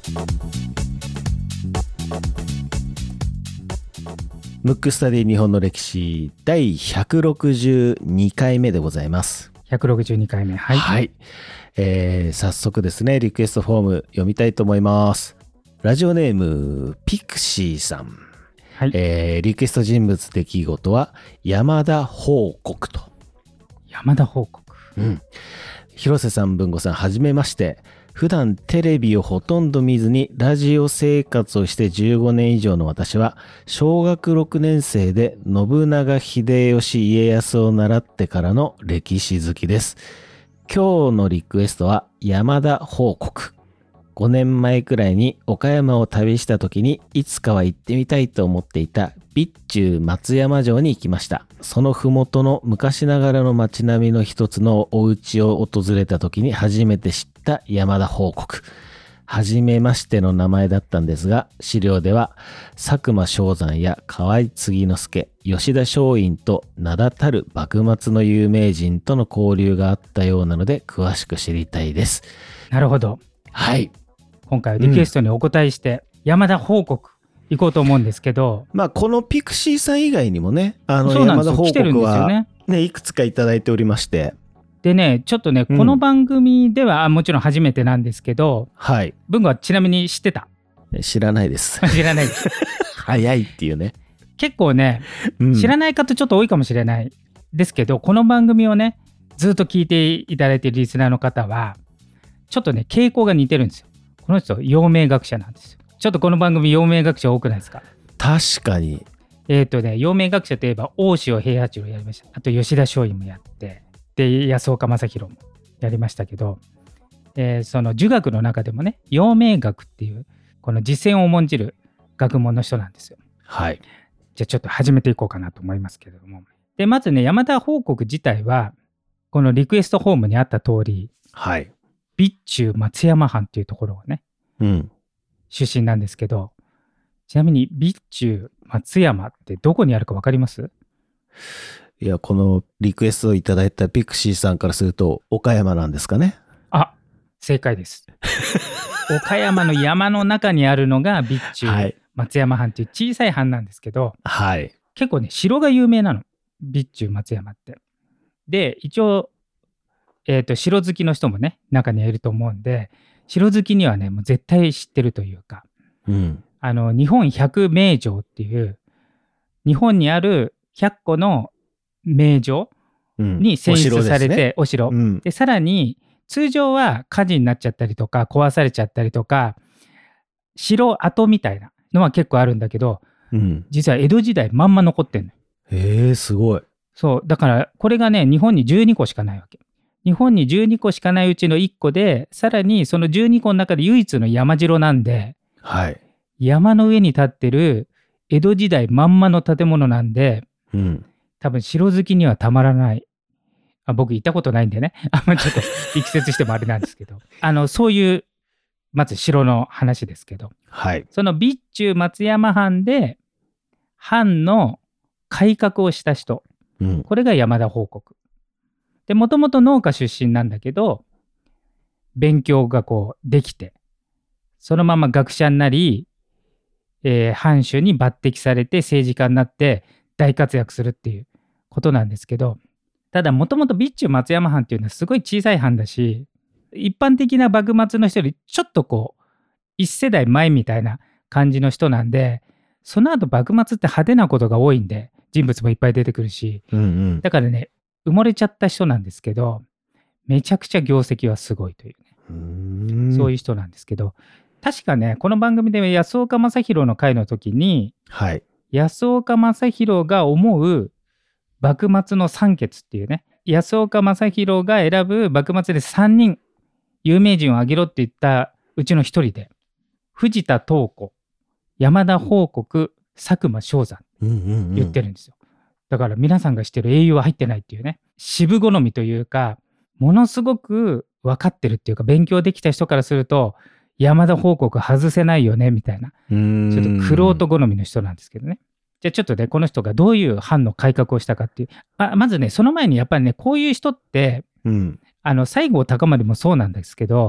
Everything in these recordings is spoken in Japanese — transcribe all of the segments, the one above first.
ムックスタディ日本の歴史第162回目でございます。 162回目。はい。 はい。早速ですね、リクエストフォーム読みたいと思います。ラジオネームピクシーさん。 はい。 リクエスト人物出来事は山田報告と。 山田報告。 広瀬さん、文吾さん、はじめまして。普段テレビをほとんど見ずにラジオ生活をして15年以上の私は、小学6年生で信長秀吉家康を習ってからの歴史好きです。今日のリクエストは山田報告。5年前くらいに岡山を旅した時にいつかは行ってみたいと思っていた備中松山城に行きました。そのふもとの昔ながらの街並みの一つのお家を訪れた時に初めて知った山田報告。はじめましての名前だったんですが、資料では佐久間象山や河合継之助、吉田松陰と名だたる幕末の有名人との交流があったようなので詳しく知りたいです。 なるほど。 はい。 今回はリクエストにお答えして、山田報告行こうと思うんですけど、 このピクシーさん以外にもね、 そうなんですよ。 山田報来てるん告はですよね。 いくつかいただいておりまして。 でね、ちょっとね、この番組ではもちろん初めてなんですけど、 はい。 文吾はちなみに知ってた？ 知らないです。 知らないです。 早いっていうね。 結構ね、知らない方ちょっと多いかもしれないですけど、この番組をね、ずっと聞いていただいているリスナーの方は、ちょっとね、傾向が似てるんですよ。この人、陽明学者なんですよ。ちょっとこの番組、陽明学者多くないですか？ 確かに。 陽明学者といえば、大塩平八郎やりました。あと、吉田松陰もやって、で、安岡正弘もやりましたけど、その儒学の中でもね、陽明学っていう、この実践を重んじる学問の人なんですよ。 はい。 じゃあ、ちょっと始めていこうかなと思いますけれども。で、まずね、山田報告自体は、このリクエストフォームにあった通り、 はい。 備中松山藩っていうところがね、出身なんですけど、ちなみに備中松山ってどこにあるか分かります？ いや、このリクエストをいただいたピクシーさんからすると岡山なんですかね。 あ、正解です。岡山の山の中にあるのが備中松山藩っていう小さい藩なんですけど、 はい、 結構ね、城が有名なの、備中松山って。で、一応城好きの人もね、中にはいると思うんで、城好きにはね、もう絶対知ってるというか、日本百名城っていう、日本にある100個の名城に選出されて、お城。で、さらに、通常は火事になっちゃったりとか、壊されちゃったりとか、城跡みたいなのは結構あるんだけど、実は江戸時代まんま残ってんのよ。 へえ、すごい。 そう、だからこれがね、日本に12個しかないわけ。日本に12個しかないうちの1個で、さらにその12個の中で唯一の山城なんで、 はい、 山の上に立ってる江戸時代まんまの建物なんで、多分城好きにはたまらない。僕行ったことないんでね、ちょっと力説してもあれなんですけど、そういうまず城の話ですけど、 はい、 その備中松山藩で藩の改革をした人、これが山田報告で、もともと農家出身なんだけど、勉強がこうできて、そのまま学者になり、藩主に抜擢されて政治家になって大活躍するっていうことなんですけど、ただもともと備中松山藩っていうのはすごい小さい藩だし、一般的な幕末の人よりちょっとこう一世代前みたいな感じの人なんで、その後幕末って派手なことが多いんで、人物もいっぱい出てくるし、だからね、埋もれちゃった人なんですけど、めちゃくちゃ業績はすごいというね、そういう人なんですけど、確かね、この番組で安岡正弘の回の時に、安岡正弘が思う幕末の三傑っていうね、安岡正弘が選ぶ幕末で3人有名人を挙げろって言ったうちの1人で、藤田東子、山田報告、佐久間象山言ってるんですよ。だから皆さんが知ってる英雄は入ってないっていうね、渋好みというか、ものすごく分かってるっていうか、勉強できた人からすると山田報告外せないよねみたいな、ちょっと玄人好みの人なんですけどね。じゃあちょっとね、この人がどういう藩の改革をしたかっていう、まずね、その前にやっぱりね、こういう人って、西郷隆盛もそうなんですけど、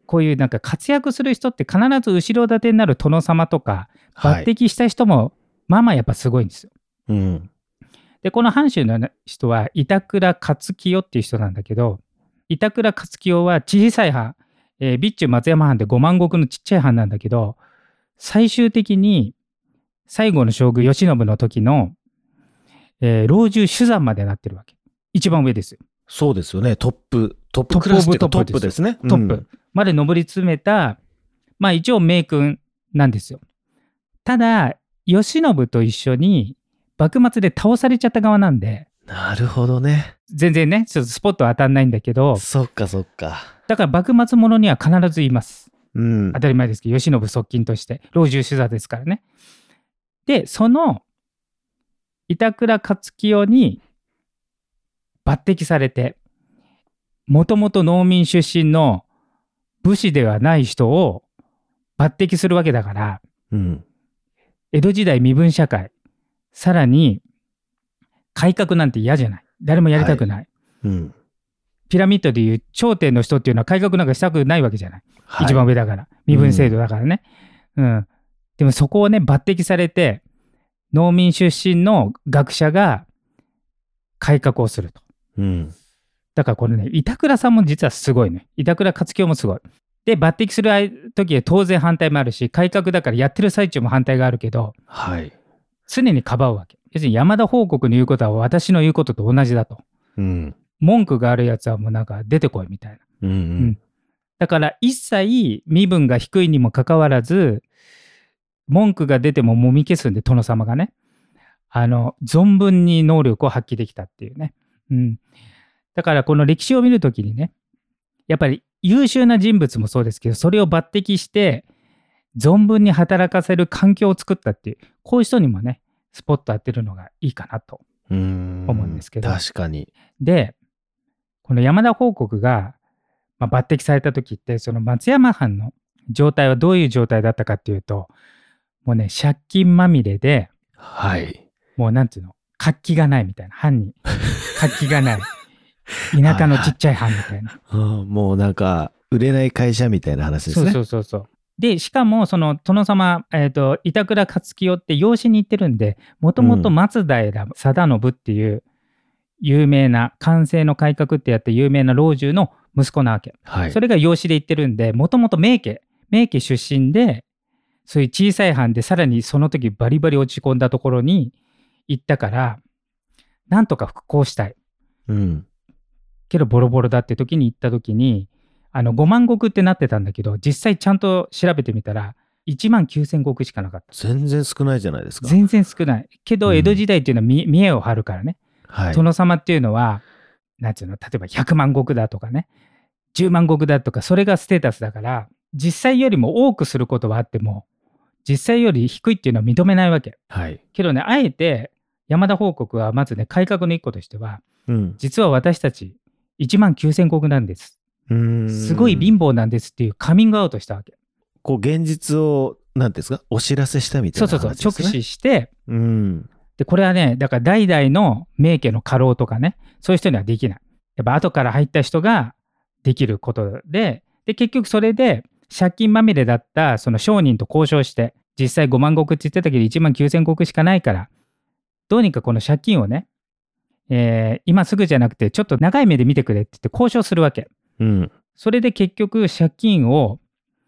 こういうなんか活躍する人って必ず後ろ盾になる殿様とか抜擢した人もまあまあやっぱすごいんですよ。 うん、 でこの藩主の人は板倉勝清っていう人なんだけど、板倉勝清は小さい藩、備中松山藩で5万石のちっちゃい藩なんだけど、最終的に最後の将軍慶喜の時の、老中首山までなってるわけ。一番上ですよ。 そうですよね。トップクラスっていうかトップですね。 トップまで上り詰めた、まあ一応名君なんですよ。ただ慶喜と一緒に幕末で倒されちゃった側なんで。 なるほどね。 全然ねちょっとスポットは当たんないんだけど。 そっかそっか。 だから幕末ものには必ずいます。 うん、 当たり前ですけど慶喜側近として老中首座ですからね。でその板倉勝清に抜擢されて、もともと農民出身の武士ではない人を抜擢するわけだから、 うん、 江戸時代身分社会、さらに改革なんて嫌じゃない。誰もやりたくない。 はいうん、 ピラミッドでいう頂点の人っていうのは改革なんかしたくないわけじゃない。 はい、 一番上だから。身分制度だからね。でもそこをね、抜擢されて、農民出身の学者が改革をすると。だからこれね、板倉さんも実はすごいね。板倉勝清もすごい。で、抜擢する時は当然反対もあるし、改革だからやってる最中も反対があるけど、 はい、 常にかばうわけ。要するに山田報国の言うことは私の言うことと同じだと。文句があるやつはもうなんか出てこいみたいな。だから一切身分が低いにもかかわらず、文句が出てももみ消すんで、殿様がね。存分に能力を発揮できたっていうね。だからこの歴史を見るときにね、やっぱり優秀な人物もそうですけど、それを抜擢して存分に働かせる環境を作ったっていう、こういう人にもねスポット当てるのがいいかなと思うんですけど。 確かに。 でこの山田報国が、抜擢された時って、その松山藩の状態はどういう状態だったかっていうと、もうね借金まみれで、 はい、 もうなんていうの、活気がないみたいな、藩に活気がない田舎のちっちゃい藩みたいなもうなんか売れない会社みたいな話ですね。 そうで、しかもその殿様、板倉勝清って養子に行ってるんで、もともと松平定信っていう有名な寛政の改革ってやって有名な老中の息子なわけ、はい、それが養子で行ってるんで、もともと名家出身で、そういう小さい藩でさらにその時バリバリ落ち込んだところに行ったから、なんとか復興したい、けどボロボロだって時に行った時に、5万石ってなってたんだけど、実際ちゃんと調べてみたら1万9,000石しかなかった。 全然少ないじゃないですか。 全然少ないけど、江戸時代っていうのは見栄を張るからね、殿様っていうのはなんていうの、例えば100万石だとかね、10万石だとか、それがステータスだから、実際よりも多くすることはあっても実際より低いっていうのは認めないわけ、けどね、あえて山田報国はまずね、改革の一個としては、実は私たち1万9,000石なんです、すごい貧乏なんですっていうカミングアウトしたわけ。 こう現実を何ですか、お知らせしたみたいな話ですね。 そう直視して、でこれはね、だから代々の名家の家老とかね、そういう人にはできない。やっぱ後から入った人ができることで、結局それで借金まみれだったその商人と交渉して、実際5万石って言ってたけど1万9,000石しかないから、どうにかこの借金をね、今すぐじゃなくてちょっと長い目で見てくれって言って交渉するわけ、それで結局借金を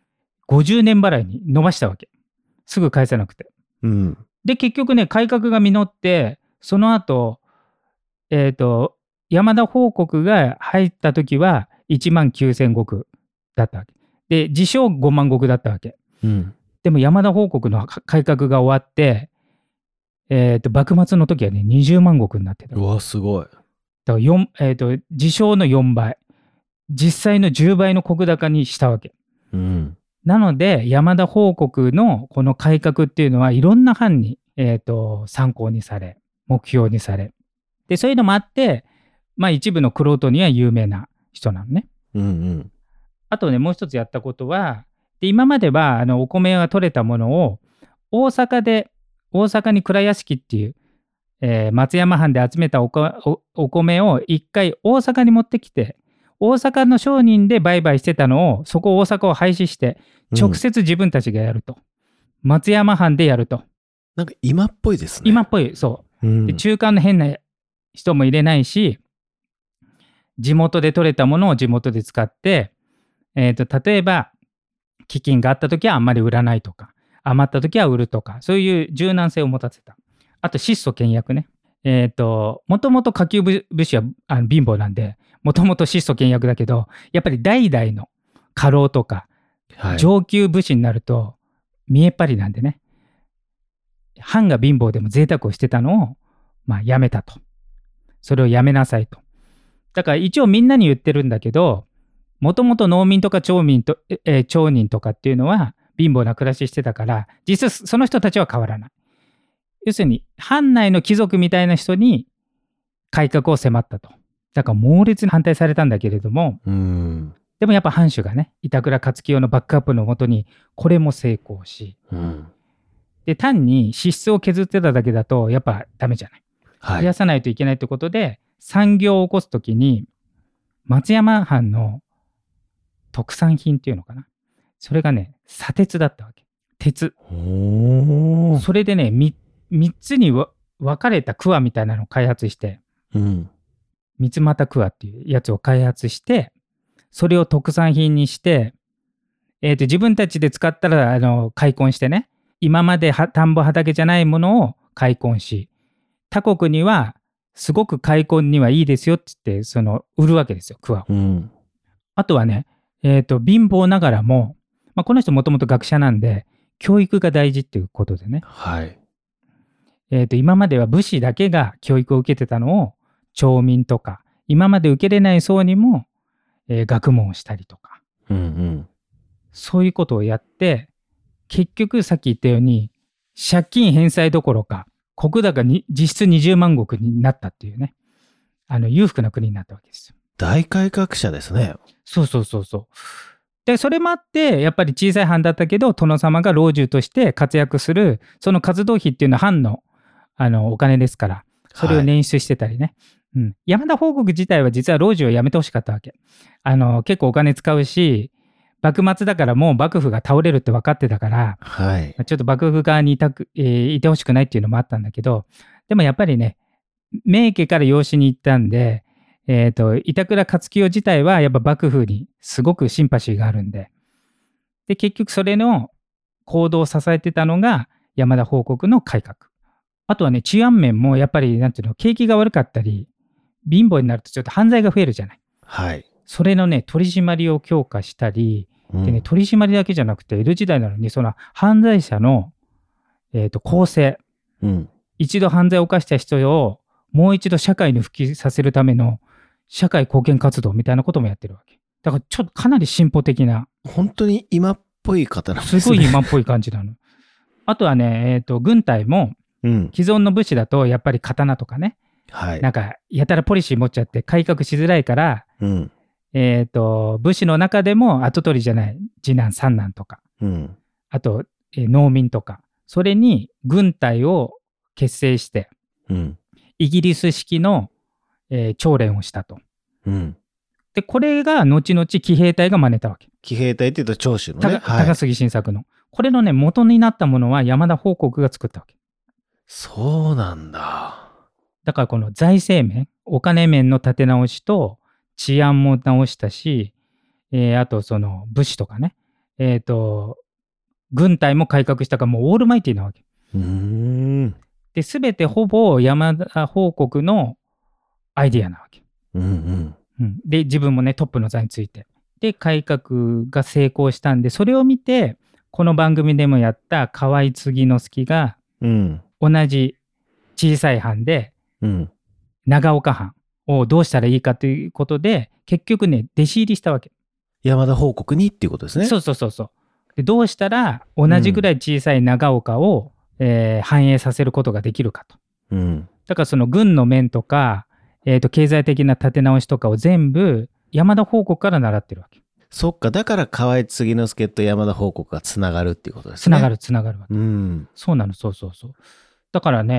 50年払いに伸ばしたわけ。すぐ返せなくて、で結局ね、改革が実って、その後山田報国が入った時は1万9,000石だったわけで、自称5万石だったわけ、でも山田報国の改革が終わって、幕末の時はね20万石になってた。 うわすごい。 だから自称の4倍、実際の10倍の石高にしたわけ、なので山田報国のこの改革っていうのはいろんな藩に、参考にされ、目標にされ、でそういうのもあって、一部の玄人には有名な人なのね、あとね、もう一つやったことは、で今まではお米が取れたものを大阪に蔵屋敷っていう、松山藩で集めたお米を一回大阪に持ってきて、 大阪の商人で売買してたのを、そこ大阪を廃止して直接自分たちがやると、松山藩でやると。 なんか今っぽいですね。 今っぽい、そう、で中間の変な人も入れないし、地元で取れたものを地元で使って、例えば飢饉があった時はあんまり売らないとか、余った時は売るとか、そういう柔軟性を持たせた。あと質素倹約ね。もともと下級武士は貧乏なんで、もともと質素倹約だけど、やっぱり代々の家老とか、上級武士になると見えっ張りなんでね、藩が貧乏でも贅沢をしてたのを、やめたと。それをやめなさいと。だから一応みんなに言ってるんだけど、もともと農民とか町人とかっていうのは貧乏な暮らししてたから、実質その人たちは変わらない。要するに藩内の貴族みたいな人に改革を迫ったと。だから猛烈に反対されたんだけれども、でもやっぱ藩主がね、板倉勝清のバックアップのもとにこれも成功し、で単に支出を削ってただけだとやっぱダメじゃない。増やさないといけないってことで、産業を起こすときに松山藩の特産品っていうのかな、それがね、砂鉄だったわけ。鉄。それでね、3つに分かれた桑みたいなのを開発して、三俣桑っていうやつを開発して、それを特産品にして、自分たちで使ったら開墾してね、今まで田んぼ畑じゃないものを開墾し、他国にはすごく開墾にはいいですよって言って売るわけですよ、桑を。あとはね、貧乏ながらも、この人もともと学者なんで教育が大事っていうことでね、今までは武士だけが教育を受けてたのを町民とか今まで受けれない層にも、学問をしたりとか、そういうことをやって、結局さっき言ったように借金返済どころか石高に実質20万石になったっていうね、裕福な国になったわけですよ。 大改革者ですね。 そう。でそれもあってやっぱり小さい藩だったけど殿様が老中として活躍するその活動費っていうのは藩のお金ですから、それを捻出してたりね、山田報国自体は実は老中を辞めてほしかったわけ。結構お金使うし、幕末だからもう幕府が倒れるって分かってたから、ちょっと幕府側にいてほしくないっていうのもあったんだけど、でもやっぱりね、名家から養子に行ったんで、板倉勝清自体はやっぱ幕府にすごくシンパシーがあるんで、結局それの行動を支えてたのが山田報国の改革。あとはね、治安面もやっぱりなんていうの、景気が悪かったり貧乏になるとちょっと犯罪が増えるじゃない。それのね、取り締まりを強化したり、でね、取り締まりだけじゃなくて江戸時代なのにその犯罪者の、更生、一度犯罪を犯した人をもう一度社会に復帰させるための社会貢献活動みたいなこともやってるわけ。だからちょっとかなり進歩的な。 本当に今っぽい方なんですね。 すごい今っぽい感じなの。あとはね、軍隊も既存の武士だとやっぱり刀とかね、なんかやたらポリシー持っちゃって改革しづらいから、武士の中でも跡取りじゃない次男三男とか、あと、農民とか、それに軍隊を結成して、イギリス式の調練をしたと。でこれが後々騎兵隊が真似たわけ。 騎兵隊っていうと長州のね、 高杉晋作のこれのね元になったものは山田報国が作ったわけ。 そうなんだ。 だからこの財政面、お金面の立て直しと治安も直したし、あとその武士とかね、軍隊も改革したからもうオールマイティーなわけ。で全てほぼ山田報国のアイディアなわけ。で自分もねトップの座について、で改革が成功したんで、それを見てこの番組でもやった河合継之助が、同じ小さい藩で、長岡藩をどうしたらいいかということで結局ね弟子入りしたわけ。 山田報国にっていうことですね。 そうでどうしたら同じぐらい小さい長岡を、繁栄させることができるかと。だからその軍の面とか、経済的な立て直しとかを全部山田報国から習ってるわけ。 そっか、だから河合継之助と山田報国がつながるっていうことですね。 つながるわけ。そうなの、そう。だからね、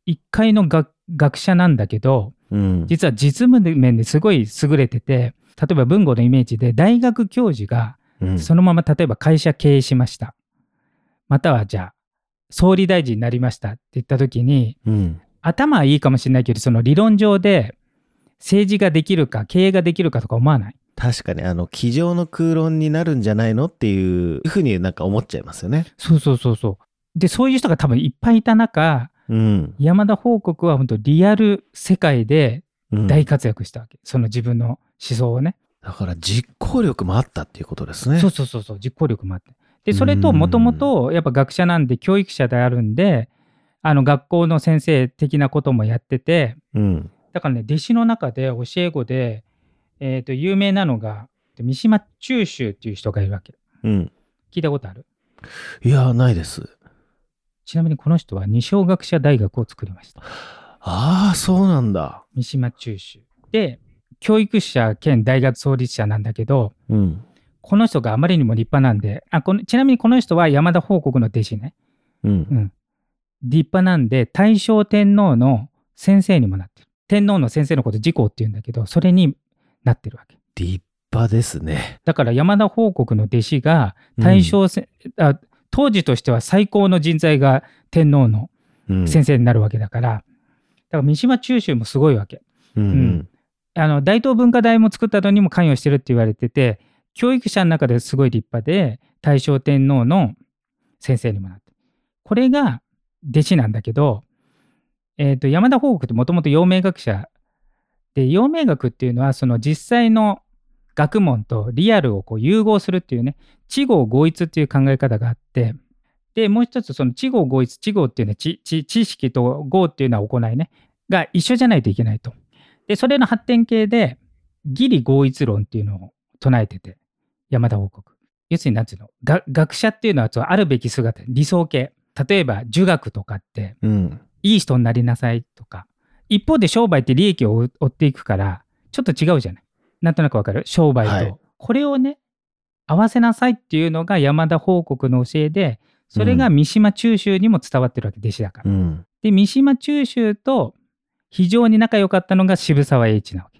一階の学者なんだけど、実は実務面ですごい優れてて、例えば文豪のイメージで大学教授がそのまま例えば会社経営しました、またはじゃあ総理大臣になりましたって言った時に、頭はいいかもしれないけど、その理論上で政治ができるか経営ができるかとか思わない？ 確かに机上の空論になるんじゃないのっていうふうになんか思っちゃいますよね。 そうで、そういう人が多分いっぱいいた中、山田報国は本当リアル世界で大活躍したわけ、その自分の思想をね。 だから実行力もあったっていうことですね。 そう実行力もあって、でそれともともとやっぱ学者なんで教育者であるんで、学校の先生的なこともやってて、だからね、弟子の中で教え子で、有名なのが三島中秀っていう人がいるわけ。聞いたことある？ いや、ないです。 ちなみにこの人は二松学舎大学を作りました。 ああ、そうなんだ。 三島中秀で、教育者兼大学創立者なんだけど、この人があまりにも立派なんで、ちなみにこの人は山田報国の弟子ね。立派なんで大正天皇の先生にもなってる。天皇の先生のこと自公っていうんだけど、それになってるわけ。 立派ですね。 だから山田報国の弟子が大正、当時としては最高の人材が天皇の先生になるわけだから、だから三島中秀もすごいわけ。大東文化大も作ったのにも関与してるって言われてて、教育者の中ですごい立派で、大正天皇の先生にもなって、これが弟子なんだけど、山田報国ってもともと陽明学者で、陽明学っていうのはその実際の学問とリアルをこう融合するっていうね、知合合一っていう考え方があって、でもう一つその知合合一、知合っていうのは知識と合っていうのは行いねが一緒じゃないといけないと。でそれの発展系で義理合一論っていうのを唱えてて、山田報国、要するに何ていうの、学者っていうのはあるべき姿、理想形。例えば儒学とかって、いい人になりなさいとか、一方で商売って利益を追っていくからちょっと違うじゃない。なんとなくわかる？商売と、はい、これをね合わせなさいっていうのが山田報国の教えで、それが三島中秀にも伝わってるわけ、弟子だから。で三島中秀と非常に仲良かったのが渋沢栄一なわけ。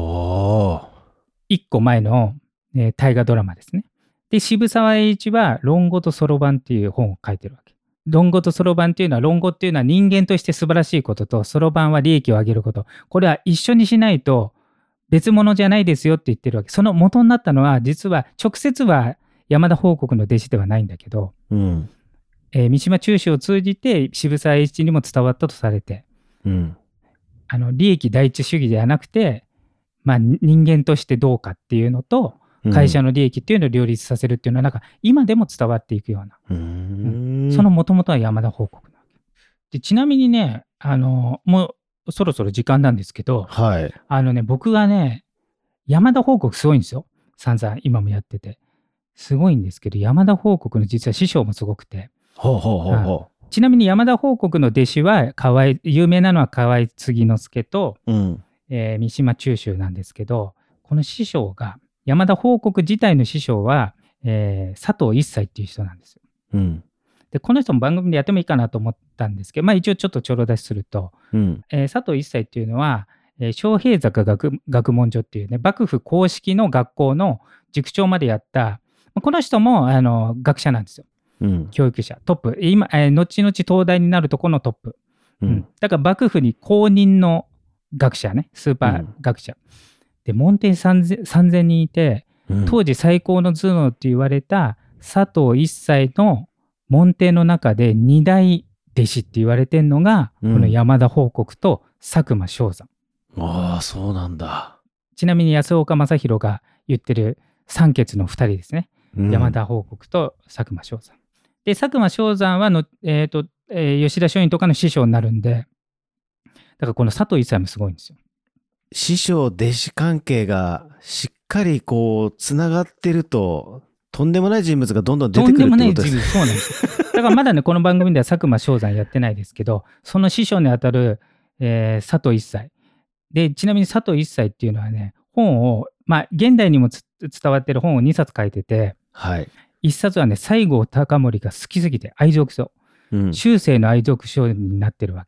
一個前の、大河ドラマですね。で渋沢栄一は論語と算盤っていう本を書いてるわけ。論語と算盤っていうのは、論語っていうのは人間として素晴らしいことと、算盤は利益を上げること、これは一緒にしないと別物じゃないですよって言ってるわけ。その元になったのは、実は直接は山田報国の弟子ではないんだけど、三島中秀を通じて渋沢栄一にも伝わったとされて、利益第一主義ではなくて、人間としてどうかっていうのと会社の利益っていうのを両立させるっていうのは、なんか今でも伝わっていくような、その元々は山田報国なわけで、ちなみにね、もうそろそろ時間なんですけど、僕はね、山田報国すごいんですよ。散々今もやっててすごいんですけど、山田報国の実は師匠もすごくて、ちなみに山田報国の弟子は有名なのは河合継之助と、三島中秀なんですけど、この師匠が、山田報国自体の師匠は、佐藤一斎っていう人なんですよ。でこの人も番組でやってもいいかなと思ったんですけど、一応ちょっとちょろ出しすると、佐藤一斎っていうのは、昌平坂学問所っていうね、幕府公式の学校の塾長までやった、この人も学者なんですよ。教育者トップ、今、後々東大になるとこのトップ、だから幕府に公認の学者ね、スーパー学者、で門弟3000人いて、当時最高の頭脳って言われた佐藤一斎の門弟の中で2大弟子って言われてるのが、この山田報国と佐久間象山。 そうなんだ。 ちなみに安岡正弘が言ってる三傑の2人ですね、山田報国と佐久間象山で、佐久間象山は吉田松陰とかの師匠になるんで、だからこの佐藤一斎もすごいんですよ。 師匠弟子関係がしっかりこうつながってると、とんでもない人物がどんどん出てくるってことですね。 そうなんですよ。だからまだねこの番組では佐久間象山やってないですけど、その師匠にあたる、佐藤一斎で、ちなみに佐藤一斎っていうのはね、本を現代にも伝わってる本を2冊書いてて、1冊はね西郷隆盛が好きすぎて愛読書、終生の愛読書になってるわけ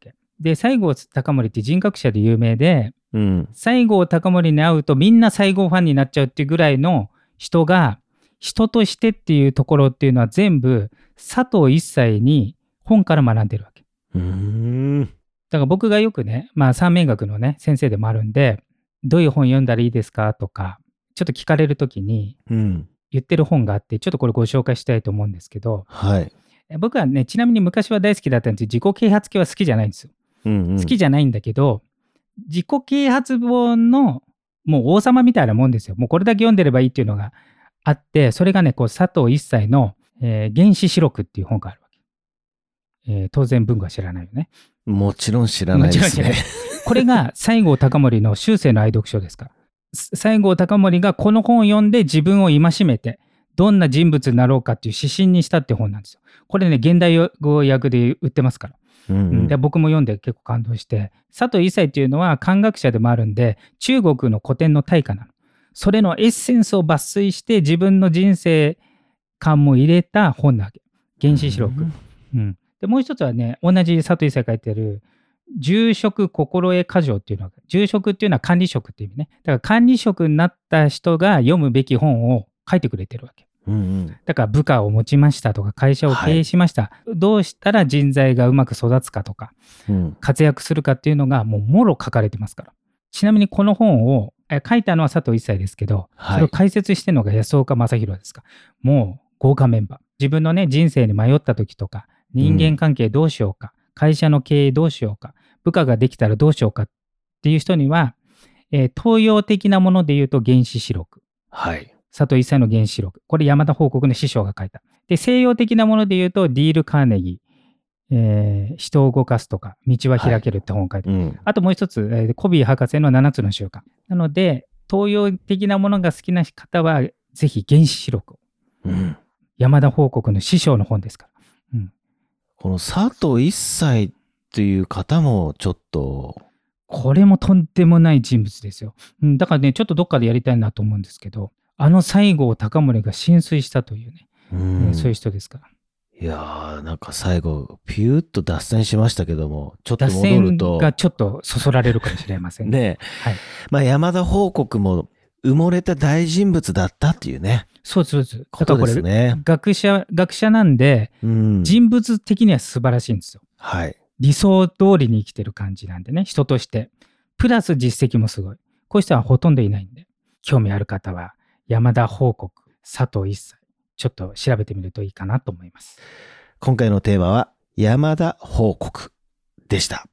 で、西郷隆盛って人格者で有名で、 うん、 西郷隆盛に会うとみんな西郷ファンになっちゃうっていうぐらいの人が、人としてっていうところっていうのは全部佐藤一切に本から学んでるわけ。だから僕がよくね、三面学のね、先生でもあるんで、どういう本読んだらいいですかとか、ちょっと聞かれるときに言ってる本があって、ちょっとこれご紹介したいと思うんですけど、 はい、 僕はね、ちなみに昔は大好きだったんですけど、自己啓発系は好きじゃないんですよ。好きじゃないんだけど、自己啓発本のもう王様みたいなもんですよ。もうこれだけ読んでればいいっていうのがあって、それがね、こう佐藤一切の、原始史録っていう本があるわけ。当然文具は知らないよね。 もちろん知らないですね。 これが西郷隆盛の終生の愛読書ですから。西郷隆盛がこの本を読んで自分を戒めて、どんな人物になろうかっていう指針にしたって本なんですよ。これね、現代語訳で売ってますから。で僕も読んで結構感動して、佐藤一切っていうのは漢学者でもあるんで、中国の古典の大家なの。それのエッセンスを抜粋して自分の人生観も入れた本なわけ。原始史録。でもう一つはね、同じ佐藤一切書いてる住職心得箇条っていうのが、住職っていうのは管理職っていう意味ね。だから管理職になった人が読むべき本を書いてくれてるわけ。だから部下を持ちましたとか会社を経営しました、どうしたら人材がうまく育つかとか、活躍するかっていうのがもろ書かれてますから。ちなみにこの本を書いたのは佐藤一切ですけど、それを解説してるのが安岡正弘ですか。もう豪華メンバー。自分のね人生に迷った時とか、人間関係どうしようか、会社の経営どうしようか、部下ができたらどうしようかっていう人には、東洋的なもので言うと原始史録。佐藤一切の原始史録。これ山田報国の師匠が書いた。で、西洋的なもので言うとディール・カーネギー、人を動かすとか、道は開けるって本を書いて、あともう一つ、コビー博士の7つの習慣。なので、東洋的なものが好きな方は、ぜひ原始史録を。山田報国の師匠の本ですから。 この佐藤一切っていう方もちょっと。 これもとんでもない人物ですよ。だからね、ちょっとどっかでやりたいなと思うんですけど、西郷隆盛が浸水したというね、そういう人ですから。 いやー、なんか最後ピューッと脱線しましたけども、ちょっと戻ると脱線がちょっとそそられるかもしれませんね。山田報国も埋もれた大人物だったっていうね。 そうです。 ことですね。 学者なんで、人物的には素晴らしいんですよ。理想通りに生きてる感じなんでね、人として。プラス実績もすごい。こういう人はほとんどいないんで、興味ある方は山田報国、佐藤一切、ちょっと調べてみるといいかなと思います。 今回のテーマは山田報国でした。